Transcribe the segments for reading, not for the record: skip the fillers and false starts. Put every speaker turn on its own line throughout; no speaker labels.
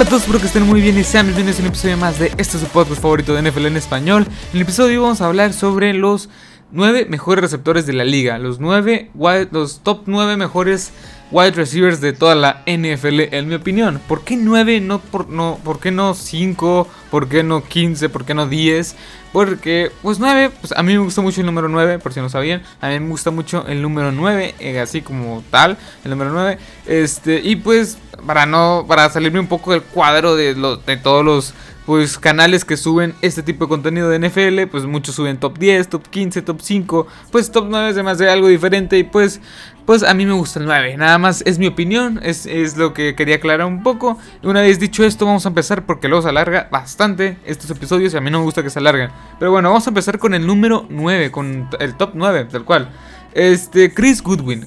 Hola a todos, espero que estén muy bien y sean bienvenidos a un episodio más de este su podcast favorito de NFL en español. En el episodio de hoy vamos a hablar sobre los 9 mejores receptores de la liga, los top 9 mejores wide receivers de toda la NFL, en mi opinión. ¿Por qué 9? ¿Por qué no 5? ¿Por qué no 15? ¿Por qué no 10? Porque, pues 9, pues a mí me gusta mucho el número 9, por si no sabían. A mí me gusta mucho el número 9, así como tal, el número 9. Y pues, para salirme un poco del cuadro de todos los pues canales que suben este tipo de contenido de NFL, pues muchos suben top 10, top 15, top 5, pues top 9 es demasiado algo diferente y pues a mí me gusta el 9, nada más es mi opinión, es lo que quería aclarar un poco. Una vez dicho esto, vamos a empezar porque luego se alarga bastante estos episodios y a mí no me gusta que se alarguen. Pero bueno, vamos a empezar con el número 9, con el top 9, tal cual. Chris Goodwin,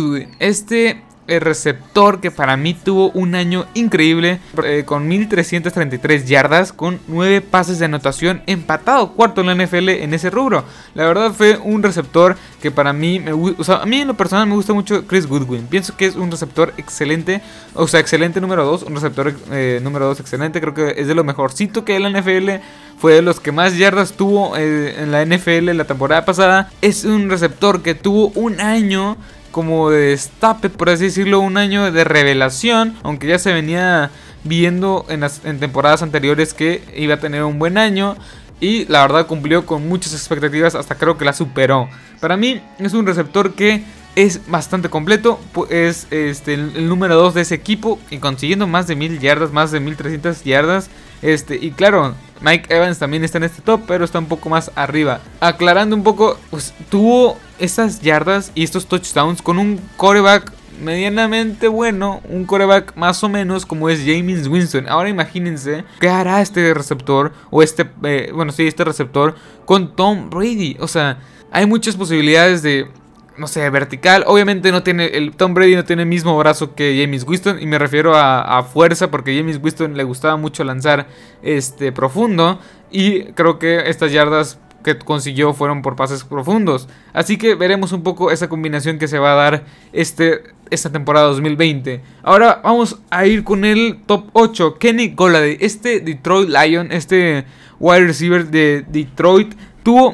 el receptor que para mí tuvo un año increíble, con 1333 yardas, con 9 pases de anotación, empatado cuarto en la NFL en ese rubro. La verdad fue un receptor que para mí a mí en lo personal me gusta mucho Chris Goodwin. Pienso que es un receptor excelente, excelente número 2, un receptor número 2 excelente, creo que es de lo mejorcito que hay en la NFL. Fue de los que más yardas tuvo en la NFL la temporada pasada. Es un receptor que tuvo un año como de destape, por así decirlo, un año de revelación, aunque ya se venía viendo en temporadas anteriores que iba a tener un buen año, y la verdad cumplió con muchas expectativas, hasta creo que la superó. Para mí es un receptor que es bastante completo, es el número 2 de ese equipo y consiguiendo más de 1000 yardas, más de 1300 yardas. Y claro, Mike Evans también está en este top, pero está un poco más arriba. Aclarando un poco, pues tuvo estas yardas y estos touchdowns con un quarterback medianamente bueno, un quarterback más o menos como es Jameis Winston. Ahora imagínense qué hará este receptor, o este receptor con Tom Brady. O sea, hay muchas posibilidades de, no sé, vertical. Obviamente Tom Brady no tiene el mismo brazo que Jameis Winston, y me refiero a fuerza, porque a Jameis Winston le gustaba mucho lanzar profundo, y creo que estas yardas que consiguió fueron por pases profundos. Así que veremos un poco esa combinación que se va a dar esta temporada 2020. Ahora vamos a ir con el top 8, Kenny Golladay, Detroit Lion, wide receiver de Detroit, tuvo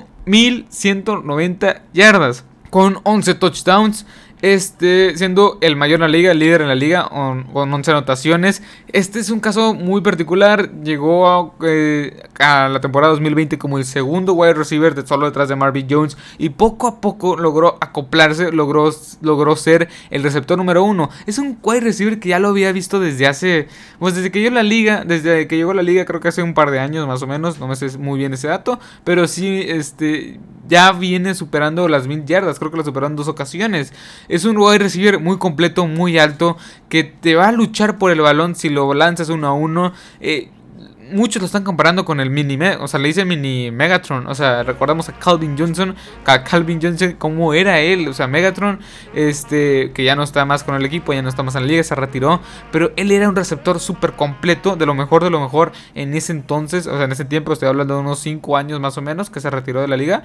1190 yardas con 11 touchdowns, siendo el mayor en la liga, el líder en la liga con 11 anotaciones. Es un caso muy particular. Llegó a la temporada 2020 como el segundo wide receiver, solo detrás de Marvin Jones, y poco a poco logró acoplarse, logró ser el receptor número 1. Es un wide receiver que ya lo había visto desde que llegó a la liga, creo que hace un par de años más o menos, no me sé muy bien ese dato, pero sí, ya viene superando las 1000 yardas, creo que lo superó en 2 ocasiones. Es un wide receiver muy completo, muy alto, que te va a luchar por el balón si lo lanzas 1 a 1. Muchos lo están comparando con el le dicen mini Megatron. O sea, recordamos a Calvin Johnson, cómo era él. O sea, Megatron, que ya no está más con el equipo, ya no está más en la liga, se retiró. Pero él era un receptor súper completo, de lo mejor en ese entonces. O sea, en ese tiempo, estoy hablando de unos 5 años más o menos, que se retiró de la liga.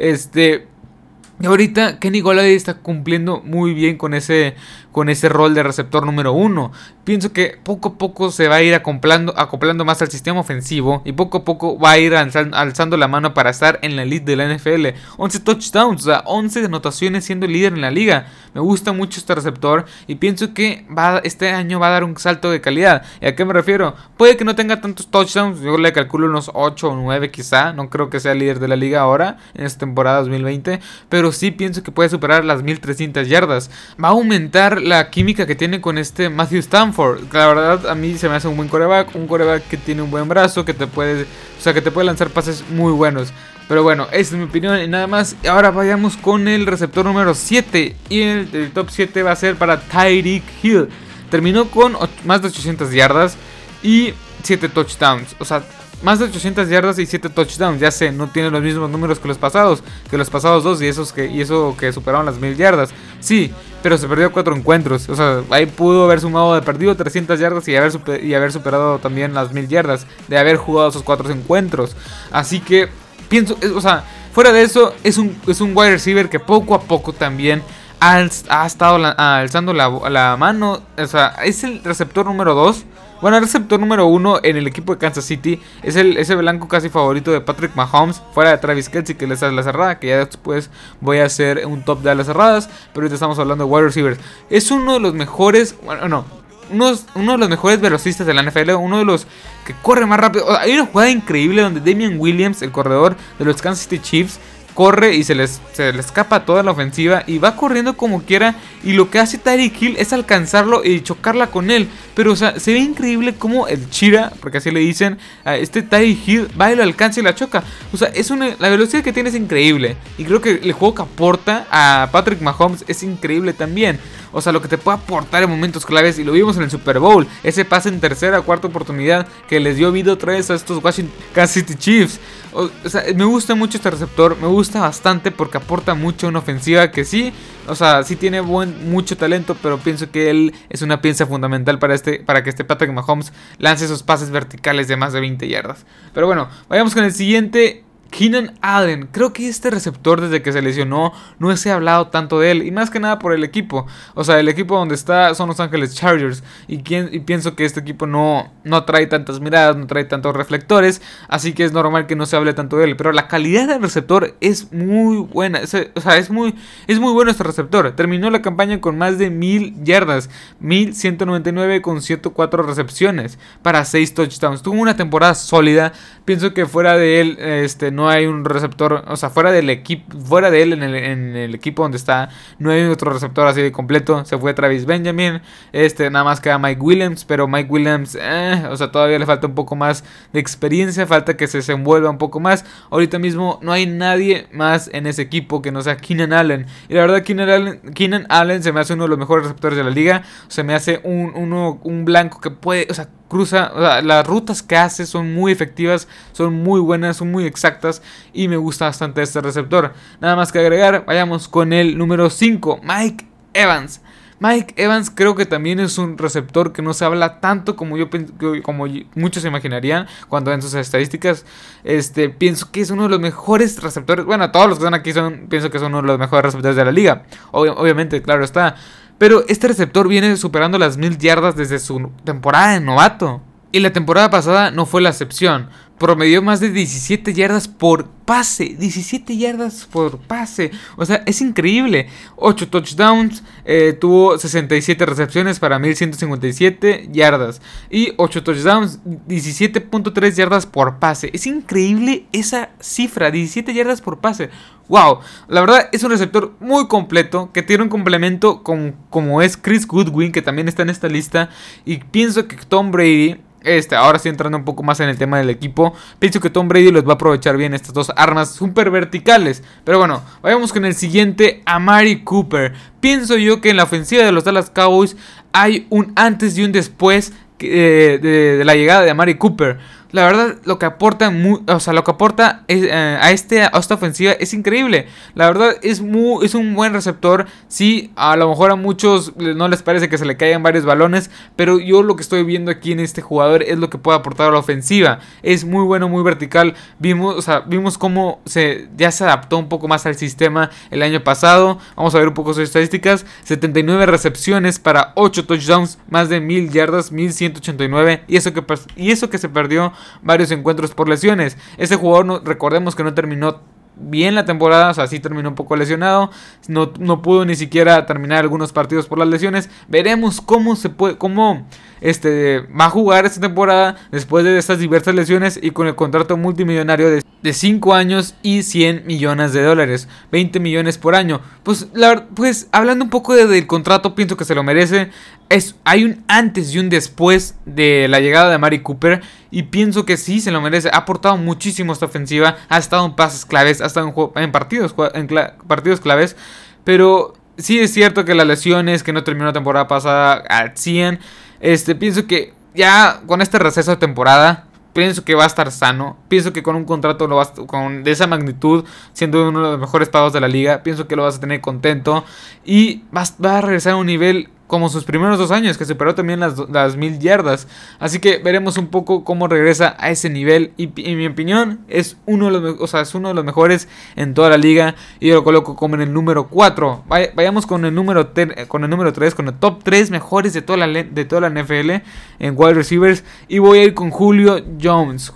Y ahorita Kenny Golladay está cumpliendo muy bien con ese rol de receptor número 1. Pienso que poco a poco se va a ir acoplando más al sistema ofensivo, y poco a poco va a ir alzando la mano para estar en la elite de la NFL. 11 touchdowns, o sea, 11 anotaciones, siendo el líder en la liga. Me gusta mucho este receptor y pienso que este año va a dar un salto de calidad. ¿Y a qué me refiero? Puede que no tenga tantos touchdowns, yo le calculo unos 8 o 9 quizá. No creo que sea el líder de la liga ahora en esta temporada 2020, pero sí pienso que puede superar las 1300 yardas. Va a aumentar la química que tiene con Matthew Stafford. La verdad, a mí se me hace un buen quarterback que tiene un buen brazo, que te puede lanzar pases muy buenos. Pero bueno, esa es mi opinión y nada más. Ahora vayamos con el receptor número 7. Y el top 7 va a ser para Tyreek Hill. Terminó con más de 800 yardas y 7 touchdowns. O sea, más de 800 yardas y 7 touchdowns. Ya sé, no tiene los mismos números que los pasados 2 y eso que superaron las 1000 yardas. Sí, pero se perdió 4 encuentros. O sea, ahí pudo haber sumado de perdido 300 yardas y haber superado también las 1000 yardas de haber jugado esos 4 encuentros. Así que pienso, fuera de eso, es un wide receiver que poco a poco también ha estado alzando la mano. O sea, es el receptor número 2 Bueno, el receptor número 1 en el equipo de Kansas City es ese blanco casi favorito de Patrick Mahomes, fuera de Travis Kelce, que les hace la cerrada, que ya después voy a hacer un top de alas cerradas, pero ahorita estamos hablando de wide receivers. Es uno de los mejores, bueno, no, uno de los mejores velocistas de la NFL, uno de los que corre más rápido. Hay una jugada increíble donde Damian Williams, el corredor de los Kansas City Chiefs, corre y se le escapa toda la ofensiva y va corriendo como quiera, y lo que hace Tyreek Hill es alcanzarlo y chocarla con él. Pero o sea, se ve increíble como el Cheetah, porque así le dicen a este Tyreek Hill, va y lo alcanza y la choca. O sea, la velocidad que tiene es increíble, y creo que el juego que aporta a Patrick Mahomes es increíble también. O sea, lo que te puede aportar en momentos claves, y lo vimos en el Super Bowl, ese pase en tercera o cuarta oportunidad que les dio vida otra vez a estos Washington Kansas City Chiefs. O sea, me gusta mucho este receptor, me gusta bastante porque aporta mucho a una ofensiva que sí, o sea, sí tiene mucho talento, pero pienso que él es una pieza fundamental para que este Patrick Mahomes lance esos pases verticales de más de 20 yardas. Pero bueno, vayamos con el siguiente. Keenan Allen, creo que este receptor desde que se lesionó no se ha hablado tanto de él, y más que nada por el equipo. O sea, el equipo donde está son Los Ángeles Chargers, y pienso que este equipo no atrae tantas miradas, no trae tantos reflectores, así que es normal que no se hable tanto de él. Pero la calidad del receptor es muy buena, o sea, es muy bueno este receptor. Terminó la campaña con más de 1000 yardas, 1199 con 104 recepciones para 6 touchdowns. Tuvo una temporada sólida. Pienso que fuera de él no hay un receptor, o sea, fuera de él en el equipo donde está, no hay otro receptor así de completo. Se fue Travis Benjamin, nada más queda Mike Williams, pero Mike Williams, o sea, todavía le falta un poco más de experiencia, falta que se desenvuelva un poco más. Ahorita mismo no hay nadie más en ese equipo que no sea Keenan Allen, y la verdad Keenan Allen se me hace uno de los mejores receptores de la liga. Se me hace un blanco que puede, o sea, cruza, o sea, las rutas que hace son muy efectivas, son muy buenas, son muy exactas, y me gusta bastante este receptor. Nada más que agregar, vayamos con el número 5, Mike Evans. Mike Evans creo que también es un receptor que no se habla tanto como muchos se imaginarían cuando ven sus estadísticas. Pienso que es uno de los mejores receptores. Bueno, todos los que están aquí pienso que son uno de los mejores receptores de la liga. Obviamente, claro está. Pero este receptor viene superando las 1000 yardas desde su temporada de novato. Y la temporada pasada no fue la excepción. Promedió más de 17 yardas por pase. 17 yardas por pase. O sea, es increíble. 8 touchdowns. Tuvo 67 recepciones para 1157 yardas. Y 8 touchdowns. 17.3 yardas por pase. Es increíble esa cifra. 17 yardas por pase. Wow. La verdad es un receptor muy completo. Que tiene un complemento como es Chris Goodwin, que también está en esta lista. Y pienso que Tom Brady... ahora sí entrando un poco más en el tema del equipo, pienso que Tom Brady los va a aprovechar bien, estas dos armas super verticales. Pero bueno, vayamos con el siguiente, Amari Cooper. Pienso yo que en la ofensiva de los Dallas Cowboys hay un antes y un después de la llegada de Amari Cooper. La verdad, lo que aporta a esta ofensiva es increíble. La verdad, es un buen receptor. Sí, a lo mejor a muchos no les parece que se le caigan varios balones, pero yo lo que estoy viendo aquí en este jugador es lo que puede aportar a la ofensiva. Es muy bueno, muy vertical. Vimos cómo ya se adaptó un poco más al sistema el año pasado. Vamos a ver un poco sus estadísticas. 79 recepciones para 8 touchdowns, más de 1000 yardas, 1189. Y eso que se perdió varios encuentros por lesiones. Ese jugador, recordemos que no terminó bien la temporada, o sea, sí terminó un poco lesionado, no pudo ni siquiera terminar algunos partidos por las lesiones. Veremos cómo va a jugar esta temporada después de estas diversas lesiones y con el contrato multimillonario de 5 años y $100 millones, 20 millones por año. Pues hablando un poco del contrato, pienso que se lo merece. Hay un antes y un después de la llegada de Amari Cooper, y pienso que sí se lo merece. Ha aportado muchísimo esta ofensiva, ha estado en pases claves, ha estado en partidos claves, pero sí es cierto que las lesiones, que no terminó la temporada pasada al 100, pienso que ya con este receso de temporada, pienso que va a estar sano. Pienso que con un contrato de esa magnitud, siendo uno de los mejores pagos de la liga, pienso que lo vas a tener contento y va a regresar a un nivel como sus primeros 2 años, que superó también las 1000 yardas. Así que veremos un poco cómo regresa a ese nivel. Y en mi opinión es uno de los mejores en toda la liga. Y yo lo coloco como en el número 4. Vayamos con el número 3, con el top 3 mejores de toda la NFL en wide receivers. Y voy a ir con Julio Jones.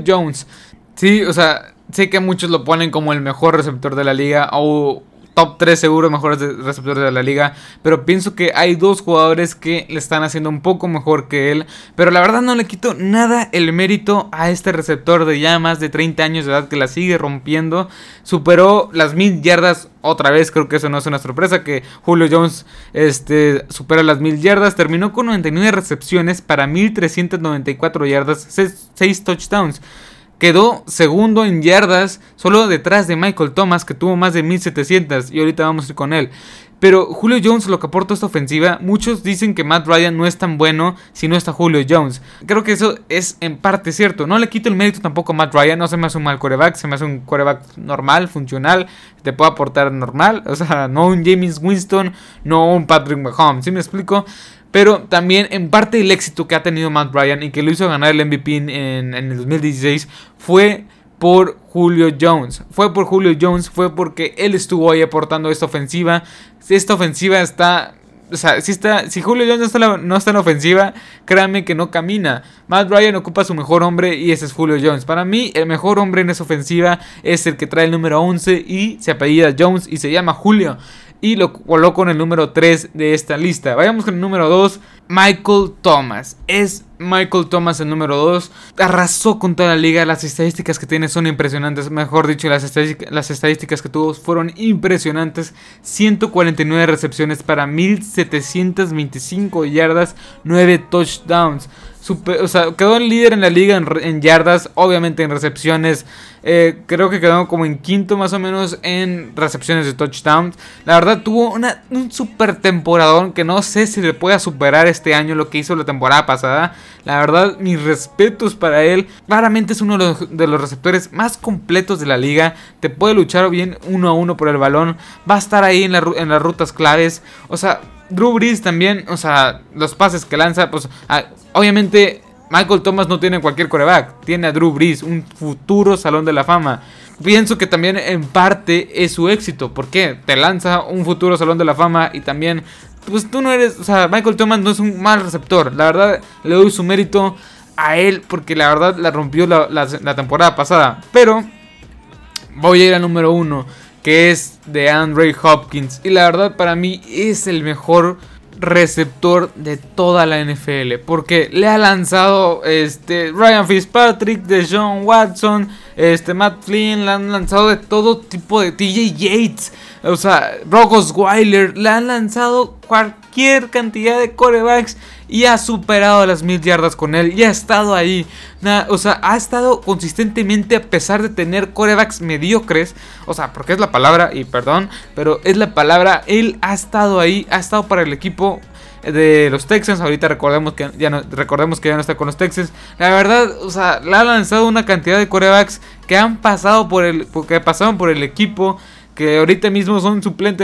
Sí, o sea, sé que muchos lo ponen como el mejor receptor de la liga o top 3 seguro mejores receptores de la liga, pero pienso que hay 2 jugadores que le están haciendo un poco mejor que él, pero la verdad no le quito nada el mérito a este receptor de ya más de 30 años de edad que la sigue rompiendo. Superó las 1000 yardas otra vez, creo que eso no es una sorpresa que Julio Jones supera las 1000 yardas, terminó con 99 recepciones para 1394 yardas, 6 touchdowns. Quedó segundo en yardas, solo detrás de Michael Thomas, que tuvo más de 1700, y ahorita vamos a ir con él. Pero Julio Jones, lo que aporta a esta ofensiva, muchos dicen que Matt Ryan no es tan bueno si no está Julio Jones. Creo que eso es en parte cierto. No le quito el mérito tampoco a Matt Ryan, no se me hace un mal quarterback, se me hace un quarterback normal, funcional, te puede aportar normal. O sea, no un Jameis Winston, no un Patrick Mahomes, ¿sí me explico? Pero también en parte el éxito que ha tenido Matt Ryan y que lo hizo ganar el MVP en el 2016 fue por Julio Jones. Fue porque él estuvo ahí aportando esta ofensiva. Esta ofensiva está... O sea, si Julio Jones no está en la ofensiva, créanme que no camina. Matt Ryan ocupa su mejor hombre y ese es Julio Jones. Para mí, el mejor hombre en esa ofensiva es el que trae el número 11 y se apellida Jones y se llama Julio. Y lo coloco en el número 3 de esta lista. Vayamos con el número 2, Michael Thomas. Es Michael Thomas el número 2. Arrasó con toda la liga. Las estadísticas que tiene son impresionantes. Mejor dicho, las estadísticas que tuvo fueron impresionantes. 149 recepciones para 1725 yardas, 9 touchdowns. Quedó el líder en la liga en yardas, obviamente en recepciones. Creo que quedó como en quinto más o menos en recepciones de touchdowns. La verdad tuvo un super temporadón que no sé si le pueda superar este año lo que hizo la temporada pasada. La verdad, mis respetos para él. Claramente es uno de los receptores más completos de la liga. Te puede luchar bien 1-1 por el balón. Va a estar ahí en las rutas claves. O sea, Drew Brees también, o sea, los pases que lanza, pues obviamente Michael Thomas no tiene cualquier quarterback, tiene a Drew Brees, un futuro Salón de la Fama. Pienso que también en parte es su éxito, porque te lanza un futuro Salón de la Fama y también, pues tú no eres, o sea, Michael Thomas no es un mal receptor. La verdad, le doy su mérito a él porque la verdad la rompió la temporada pasada. Pero voy a ir al número 1, que es DeAndre Hopkins. Y la verdad para mí es el mejor receptor de toda la NFL, porque le ha lanzado Ryan Fitzpatrick, Deshaun Watson, Matt Flynn, le han lanzado de todo tipo de TJ Yates, o sea, Brock Osweiler, le han lanzado cualquier cantidad de quarterbacks y ha superado las 1000 yardas con él y ha estado ahí. O sea, ha estado consistentemente a pesar de tener quarterbacks mediocres. O sea, porque es la palabra, y perdón, pero es la palabra. Él ha estado ahí, ha estado para el equipo de los Texans. Ahorita recordemos que ya no está con los Texans. La verdad, o sea, le ha lanzado una cantidad de quarterbacks que han pasado que pasaron por el equipo, que ahorita mismo son suplente,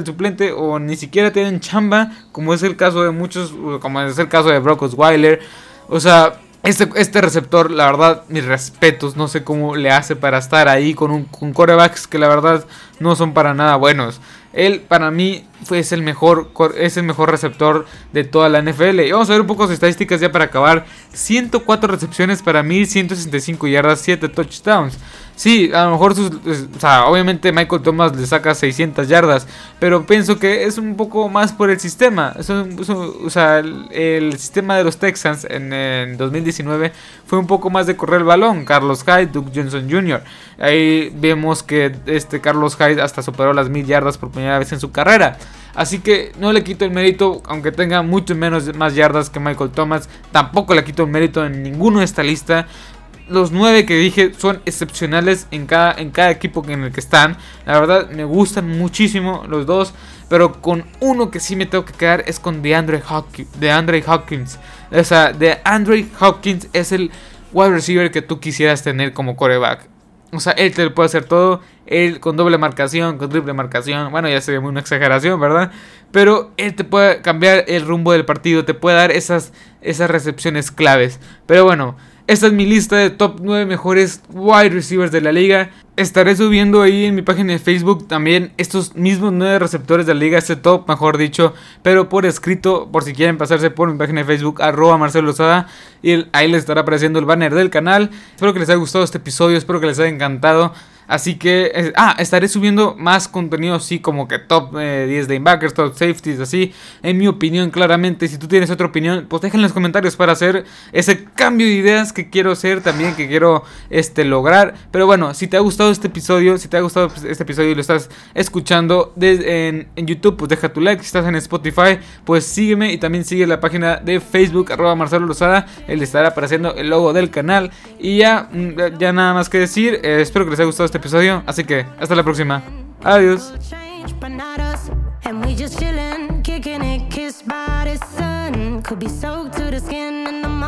o ni siquiera tienen chamba, como es el caso de muchos, como es el caso de Brock Osweiler. O sea, este receptor, la verdad, mis respetos, no sé cómo le hace para estar ahí con quarterbacks que la verdad no son para nada buenos. Él para mí es el mejor receptor de toda la NFL. Y vamos a ver un poco de estadísticas ya para acabar. 104 recepciones para 1165 yardas, 7 touchdowns. Sí, a lo mejor obviamente Michael Thomas le saca 600 yardas, pero pienso que es un poco más por el sistema. El sistema de los Texans en 2019 fue un poco más de correr el balón. Carlos Hyde, Duke Johnson Jr. Ahí vemos que Carlos Hyde hasta superó las 1000 yardas por primera vez en su carrera. Así que no le quito el mérito, aunque tenga mucho más yardas que Michael Thomas. Tampoco le quito el mérito en ninguno de esta lista. Los 9 que dije son excepcionales en cada equipo en el que están. La verdad me gustan muchísimo los dos, pero con uno que sí me tengo que quedar es con DeAndre Hopkins. O sea, DeAndre Hopkins es el wide receiver que tú quisieras tener como quarterback. O sea, él te puede hacer todo. Él con doble marcación, con triple marcación. Bueno, ya sería una exageración, ¿verdad? Pero él te puede cambiar el rumbo del partido. Te puede dar esas recepciones claves. Pero bueno, esta es mi lista de top 9 mejores wide receivers de la liga. Estaré subiendo ahí en mi página de Facebook también estos mismos 9 receptores de la liga. Este top, mejor dicho, pero por escrito, por si quieren pasarse por mi página de Facebook, @Marcelo Lozada. Y ahí les estará apareciendo el banner del canal. Espero que les haya gustado este episodio, espero que les haya encantado. Así que, estaré subiendo más contenido así como que top 10 de linebackers, top safeties, así, en mi opinión claramente. Si tú tienes otra opinión, pues deja en los comentarios para hacer ese cambio de ideas que quiero hacer también, que quiero lograr. Pero bueno, si te ha gustado este episodio, y lo estás escuchando en YouTube, pues deja tu like. Si estás en Spotify, pues sígueme y también sigue la página de Facebook, @Marcelo Lozada. Él estará apareciendo el logo del canal. Y ya nada más que decir, espero que les haya gustado este episodio, así que hasta la próxima. Adiós. Could be soaked to the skin.